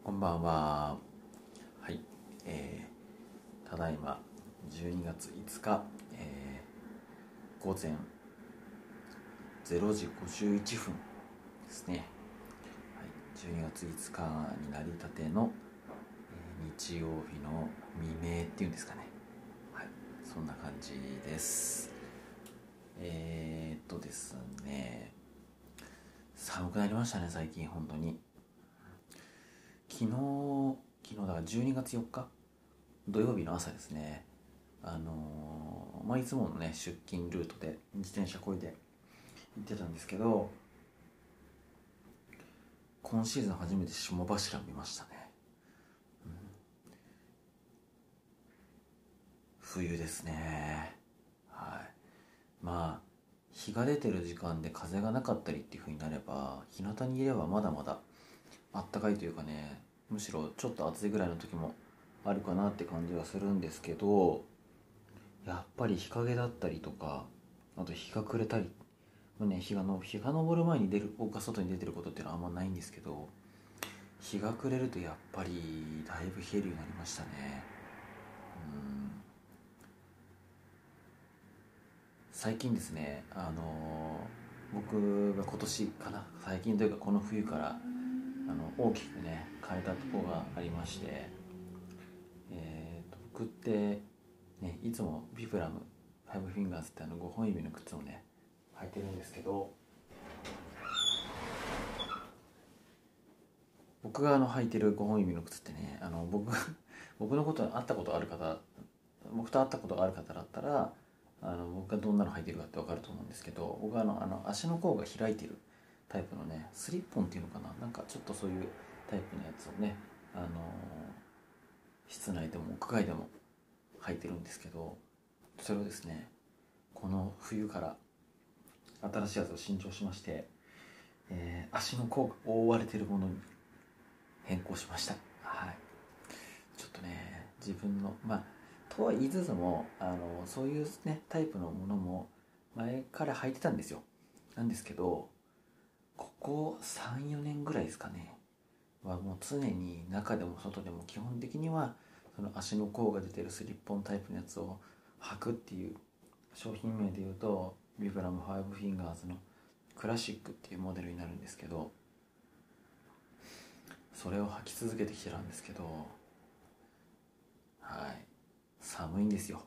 こんばんは。はい、ただいま12月5日、午前0時51分ですね。はい、12月5日になりたての、日曜日の未明っていうんですかね。はい、そんな感じです。ですね、寒くなりましたね、最近、本当に。昨日だから12月4日、土曜日の朝ですね。いつものね、出勤ルートで自転車こいで行ってたんですけど、今シーズン初めて霜柱見ましたね。冬ですね。はい。まあ、日が出てる時間で風がなかったりっていう風になれば、日向にいればまだまだあったかいというかね、むしろちょっと暑いぐらいの時もあるかなって感じはするんですけど、やっぱり日陰だったりとか、あと日が暮れたり、ね、日が昇る前に僕が外に出てることっていうのはあんまないんですけど、日が暮れるとやっぱりだいぶ冷えるようになりましたね。うん最近ですね、僕が今年かな、最近というかこの冬から大きくね変えたところがありまして、僕ってね、いつもビブラムファイブフィンガーズって5本指の靴をね履いてるんですけど、僕が履いてる5本指の靴ってね、僕のことに会ったことある方、僕と会ったことがある方だったら、僕がどんなの履いてるかって分かると思うんですけど、僕は足の甲が開いてるタイプのね、スリッポンっていうのかな、なんかちょっとそういうタイプのやつをね、あの室内でも屋外でも履いてるんですけど、それをですね、この冬から新しいやつを新調しまして、足の甲が覆われてるものに変更しました。はい。ちょっとね、自分のとは言いつつもそういうねタイプのものも前から履いてたんですよ。なんですけど、ここ34年ぐらいですかねはもう常に中でも外でも基本的にはその足の甲が出てるスリッポンタイプのやつを履くっていう、商品名でいうとビブラムファイブフィンガーズのクラシックっていうモデルになるんですけど、それを履き続けてきてたんですけど、はい、寒いんですよ。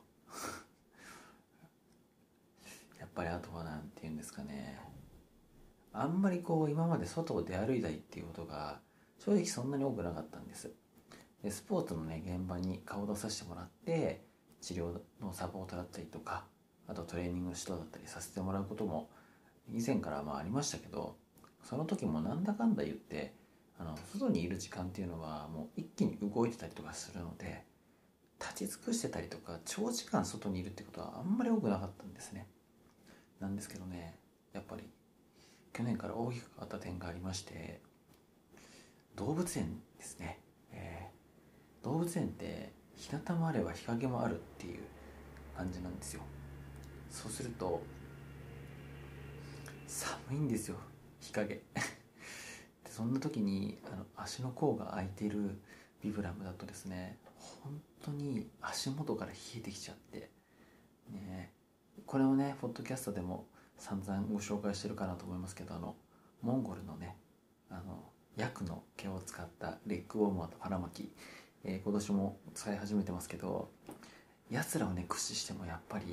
やっぱりあとはなんて言うんですかね、あんまりこう今まで外を出歩いたりっていうことが正直そんなに多くなかったんです。でスポーツのね現場に顔を出させてもらって治療のサポートだったりとか、あとトレーニング指導だったりさせてもらうことも以前からありましたけど、その時もなんだかんだ言って外にいる時間っていうのはもう一気に動いてたりとかするので、立ち尽くしてたりとか長時間外にいるってことはあんまり多くなかったんですね。なんですけどね、やっぱり去年から大きく変わった点がありまして、動物園ですね。動物園って日向もあれば日陰もあるっていう感じなんですよ。そうすると寒いんですよ、日陰で。そんな時に足の甲が開いているビブラムだとですね、本当に足元から冷えてきちゃってね。これをねポッドキャストでも散々ご紹介してるかなと思いますけど、モンゴルのねヤクの毛を使ったレッグウォーマーと腹巻き、今年も使い始めてますけど、やつらをね駆使してもやっぱり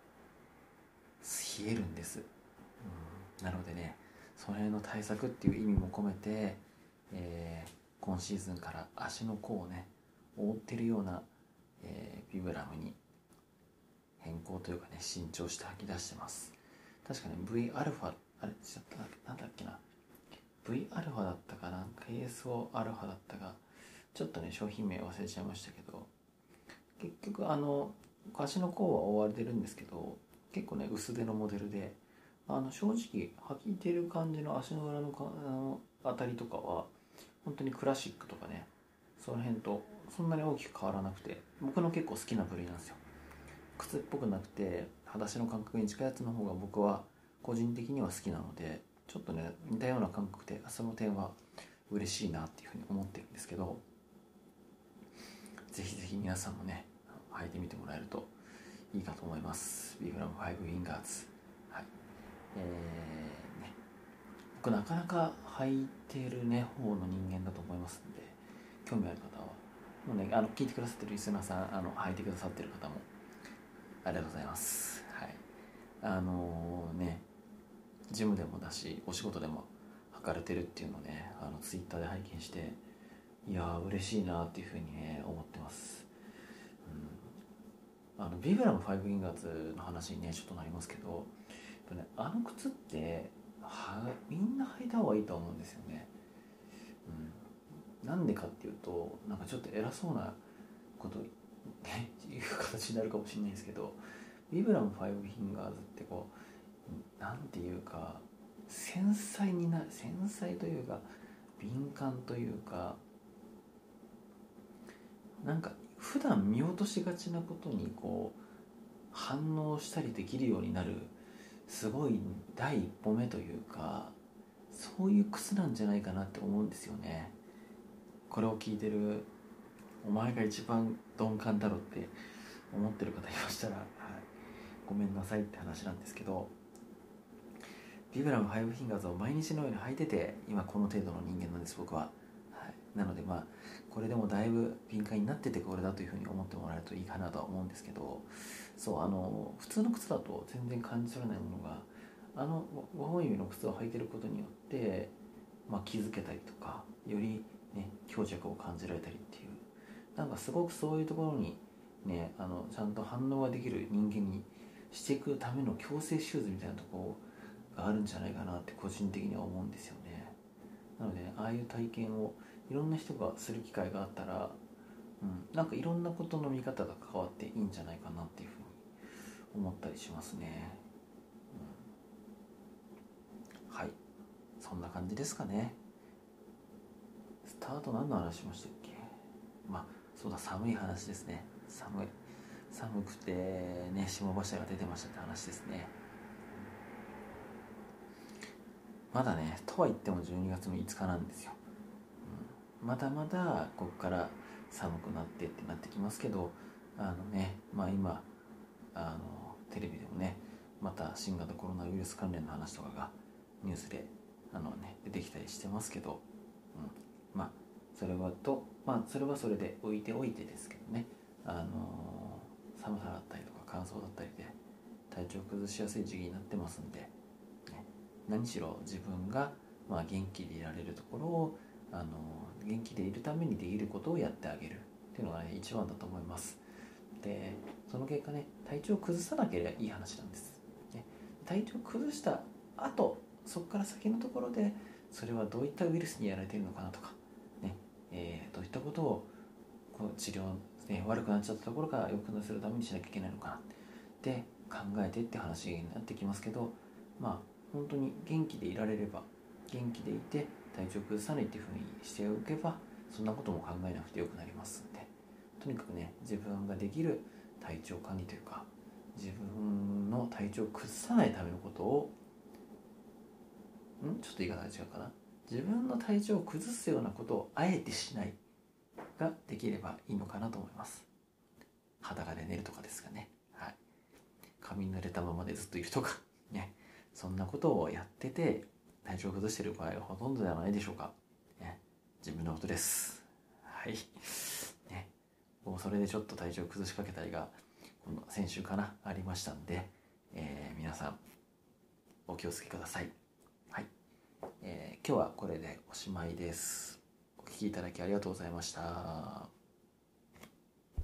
冷えるんです。なのでね、その辺の対策っていう意味も込めて、今シーズンから足の甲をね覆ってるような、ビブラムに変更というかね新調して吐き出してます。確かに V アルファ、あれちょっとなんだっけな、 V アルファだったかな KSO アルファだったか、ちょっとね商品名忘れちゃいましたけど、結局足の甲は覆われてるんですけど、結構ね薄手のモデルで、正直履いてる感じの足の裏のあたりとかは本当にクラシックとかね、その辺とそんなに大きく変わらなくて、僕の結構好きな部類なんですよ。靴っぽくなくて裸足の感覚に近いやつの方が僕は個人的には好きなので、ちょっとね似たような感覚でその点は嬉しいなっていうふうに思ってるんですけど、ぜひぜひ皆さんもね履いてみてもらえるといいかと思います。ビブラム5フィンガーズ、はい、ね、僕なかなか履いてるね方の人間だと思いますので、興味ある方はもうね聞いてくださってるリスナーさん、履いてくださってる方もありがとうございます。はい、ね、ジムでもだしお仕事でも履かれてるっていうのをねツイッターで拝見して、いやー嬉しいなっていうふうにね思ってます。ビブラム5フィンガーズの話にねちょっとなりますけど、やっぱね靴ってみんな履いた方がいいと思うんですよね。なんでかっていうと、なんかちょっと偉そうなことねいう形になるかもしれないですけど、ビブラム5フィンガーズってこうなんていうか繊細というか敏感というか、なんか普段見落としがちなことにこう反応したりできるようになる、すごい第一歩目というか、そういう靴なんじゃないかなって思うんですよね。これを聞いてるお前が一番鈍感だろって思ってる方いましたら、はい、ごめんなさいって話なんですけど、ビブラム5フィンガーズを毎日のように履いてて今この程度の人間なんです僕は、はい、なのでこれでもだいぶ敏感になっててこれだというふうに思ってもらえるといいかなとは思うんですけど、そう普通の靴だと全然感じ取れないものが5本指の靴を履いてることによって、気づけたりとか、よりね強弱を感じられたりっていう、なんかすごくそういうところにねちゃんと反応ができる人間にしていくための矯正シューズみたいなところがあるんじゃないかなって個人的には思うんですよね。なのでああいう体験をいろんな人がする機会があったら、なんかいろんなことの見方が変わっていいんじゃないかなっていうふうに思ったりしますね。はい、そんな感じですかね。スタート何の話しましたっけ。そうだ、寒い話ですね。寒くてね霜柱が出てましたって話ですね。まだねとは言っても12月の5日なんですよ。まだまだここから寒くなってってなってきますけど、今テレビでもねまた新型コロナウイルス関連の話とかがニュースで出てきたりしてますけど、それはそれで置いておいてですけどね、寒さだったりとか乾燥だったりで体調崩しやすい時期になってますんで、何しろ自分が元気でいられるところを元気でいるためにできることをやってあげるっていうのが、一番だと思います。でその結果ね体調を崩さなければいい話なんです、体調を崩した後そこから先のところでそれはどういったウイルスにやられているのかなとか、どういったことを治療、悪くなっちゃったところから良くするためにしなきゃいけないのかなって考えてって話になってきますけど、本当に元気でいられれば、元気でいて体調を崩さないっていうふうにしておけばそんなことも考えなくてよくなりますんで、とにかくね自分ができる体調管理というか、自分の体調を崩さないためのことをちょっと言い方が違うかな、自分の体調を崩すようなことをあえてしないができればいいのかなと思います。裸で寝るとかですかね、はい、髪濡れたままでずっといるとかね、そんなことをやってて体調を崩している場合はほとんどではないでしょうか、自分のことです。はい、もうそれでちょっと体調を崩しかけたりが今度先週かなありましたんで、皆さんお気をつけください。はい、今日はこれでおしまいです。お聞きいただきありがとうございました。